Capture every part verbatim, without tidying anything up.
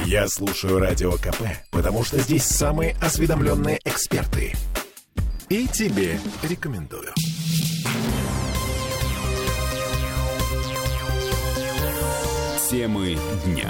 Я слушаю Радио КП, потому что здесь самые осведомленные эксперты. И тебе рекомендую. Темы дня.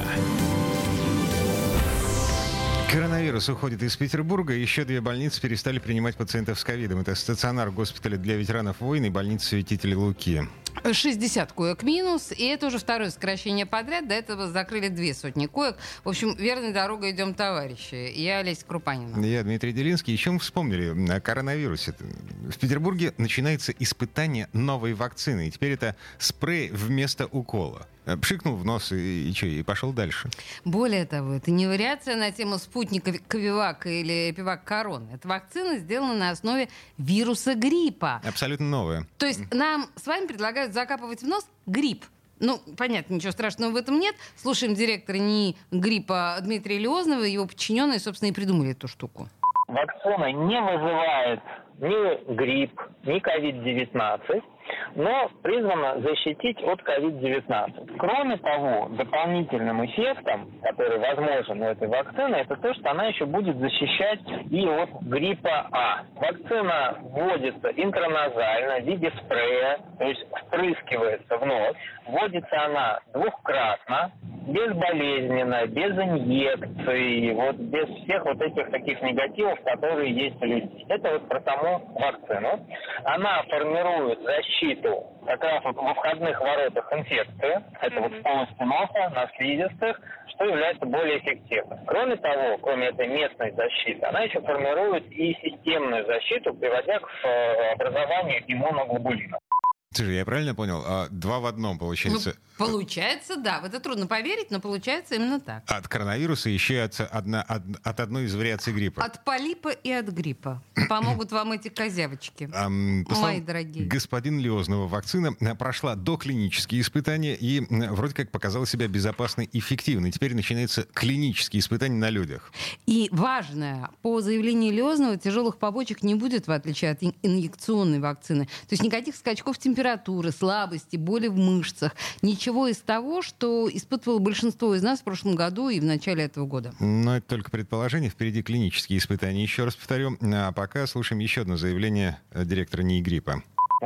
Коронавирус уходит из Петербурга. Еще две больницы перестали принимать пациентов с ковидом. Это стационар госпиталя для ветеранов войны и больница Святителя Луки. шестьдесят коек минус, и это уже второе сокращение подряд. До этого закрыли две сотни коек. В общем, верной дорогой идем, товарищи. Я Олеся Крупанина. Я Дмитрий Делинский. Еще мы вспомнили о коронавирусе. В Петербурге начинается испытание новой вакцины. И теперь это спрей вместо укола. Пшикнул в нос и, и, что, и пошел дальше. Более того, это не вариация на тему спутника Ковивак или Эпивак Корона. Эта вакцина сделана на основе вируса гриппа. Абсолютно новая. То есть нам с вами предлагают закапывать в нос грипп. Ну, понятно, ничего страшного в этом нет. Слушаем директора НИИ гриппа Дмитрия Лиознова. Его подчиненные, собственно, и придумали эту штуку. Вакцина не вызывает ни грипп, ни ковид девятнадцать, но призвана защитить от ковид девятнадцать. Кроме того, дополнительным эффектом, который возможен у этой вакцины, это то, что она еще будет защищать и от гриппа А. Вакцина вводится интраназально в виде спрея, то есть впрыскивается в нос. Вводится она двухкратно, безболезненно, без инъекций, вот без всех вот этих таких негативов, которые есть у людей. Это вот про саму вакцину. Она формирует защиту как раз вот во входных воротах инфекции, это вот в полости носа, на слизистых, что является более эффективным. Кроме того, кроме этой местной защиты, она еще формирует и системную защиту, приводя к образованию иммуноглобулинов. Слушай, я правильно понял? А, два в одном получается. Ну, получается, да. В это трудно поверить, но получается именно так. От коронавируса еще и от, одна, от, от одной из вариаций гриппа. От полипа и от гриппа. Помогут вам эти козявочки, Ам, мои дорогие. Господин Лиознова, вакцина прошла доклинические испытания и вроде как показала себя безопасной и эффективной. Теперь начинаются клинические испытания на людях. И важное, по заявлению Лиознова, тяжелых побочек не будет, в отличие от инъекционной вакцины. То есть никаких скачков температуры, слабости, боли в мышцах. Ничего из того, что испытывало большинство из нас в прошлом году и в начале этого года. Но это только предположение. Впереди клинические испытания. Еще раз повторю. А пока слушаем еще одно заявление директора НИИ гриппа.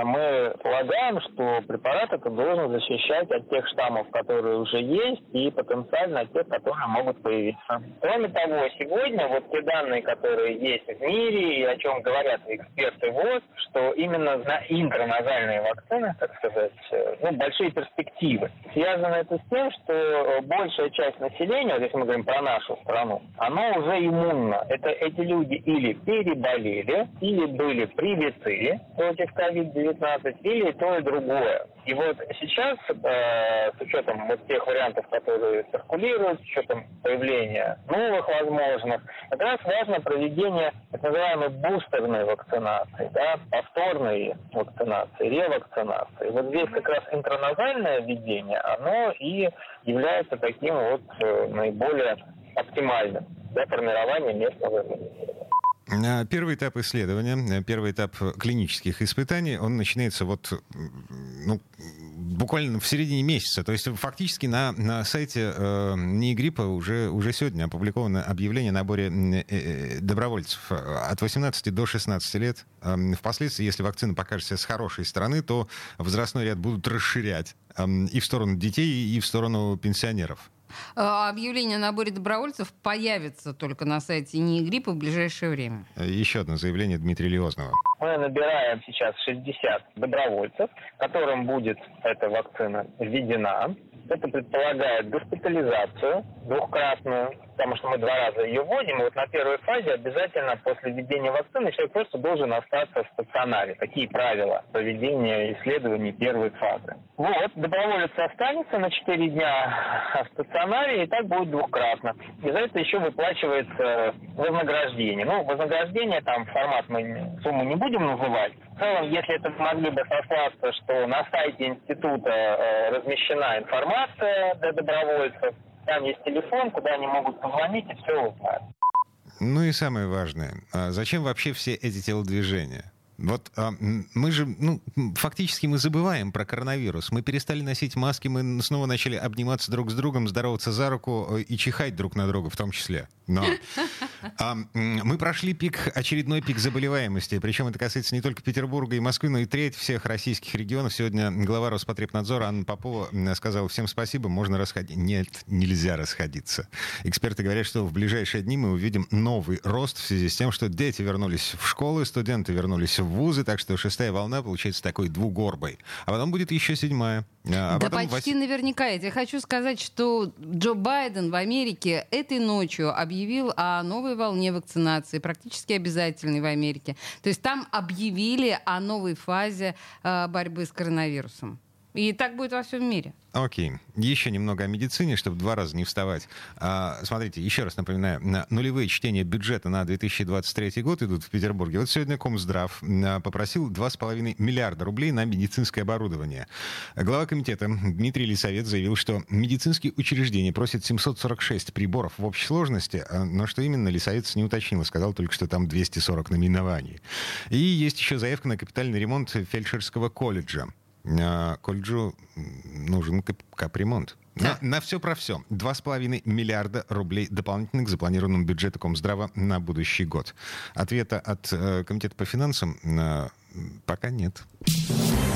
Мы полагаем, что препарат это должен защищать от тех штаммов, которые уже есть, и потенциально от тех, которые могут появиться. Кроме того, сегодня вот те данные, которые есть в мире, и о чем говорят эксперты ВОЗ, что именно на интраназальные вакцины, так сказать, ну, большие перспективы. Связано это с тем, что большая часть населения, вот если мы говорим про нашу страну, она уже иммунна. Это эти люди или переболели, или были привиты против ковид девятнадцать, или то и другое. И вот сейчас, э, с учетом вот тех вариантов, которые циркулируют, с учетом появления новых возможных, как раз важно проведение так называемой бустерной вакцинации, да, повторной вакцинации, ревакцинации. Вот здесь как раз интраназальное введение, оно и является таким вот э, наиболее оптимальным для формирования местного иммунитета. Первый этап исследования, первый этап клинических испытаний, он начинается вот, ну, буквально в середине месяца. То есть фактически на, на сайте э, НИИ гриппа уже, уже сегодня опубликовано объявление о наборе э, добровольцев от восемнадцати до шестнадцати лет. Э, впоследствии, если вакцина покажется с хорошей стороны, то возрастной ряд будут расширять э, и в сторону детей, и в сторону пенсионеров. Объявление о наборе добровольцев появится только на сайте НИИ гриппа в ближайшее время. Еще одно заявление Дмитрия Лиознова. Мы набираем сейчас шестьдесят добровольцев, которым будет эта вакцина введена. Это предполагает госпитализацию двухкратную, потому что мы два раза ее вводим. И вот на первой фазе обязательно после введения вакцины человек просто должен остаться в стационаре. Такие правила проведения исследований первой фазы. Вот, доброволец останется на четыре дня в стационаре, и так будет двухкратно. И за это еще выплачивается вознаграждение. Ну, вознаграждение, там формат мы сумму не будем называть. В целом, если это могли бы сослаться, что на сайте института э, размещена информация для добровольцев, там есть телефон, куда они могут позвонить и все узнать. Ну и самое важное, а зачем вообще все эти телодвижения? Вот а, мы же, ну, фактически мы забываем про коронавирус. Мы перестали носить маски, мы снова начали обниматься друг с другом, здороваться за руку и чихать друг на друга в том числе. Но а, мы прошли пик, очередной пик заболеваемости. Причем это касается не только Петербурга и Москвы, но и треть всех российских регионов. Сегодня глава Роспотребнадзора Анна Попова сказала: всем спасибо, можно расходиться. Нет, нельзя расходиться. Эксперты говорят, что в ближайшие дни мы увидим новый рост в связи с тем, что дети вернулись в школы, студенты вернулись в вузы, так что шестая волна получается такой двугорбой. А потом будет еще седьмая. А да потом почти вось... наверняка. Я тебе хочу сказать, что Джо Байден в Америке этой ночью объявил о новой волне вакцинации, практически обязательной в Америке. То есть там объявили о новой фазе э, борьбы с коронавирусом. И так будет во всем мире. Окей. Еще немного о медицине, чтобы два раза не вставать. А, смотрите, еще раз напоминаю, на нулевые чтения бюджета на две тысячи двадцать третий год идут в Петербурге. Вот сегодня Комздрав попросил два с половиной миллиарда рублей на медицинское оборудование. Глава комитета Дмитрий Лисовец заявил, что медицинские учреждения просят семьсот сорок шесть приборов в общей сложности, но что именно, Лисовец не уточнил, сказал только, что там двести сорок наименований. И есть еще заявка на капитальный ремонт фельдшерского колледжа. Колледжу нужен капремонт. Да. На, на все про все. Два с половиной миллиарда рублей дополнительных к запланированному бюджету Комздрава на будущий год. Ответа от э, Комитета по финансам э, пока нет.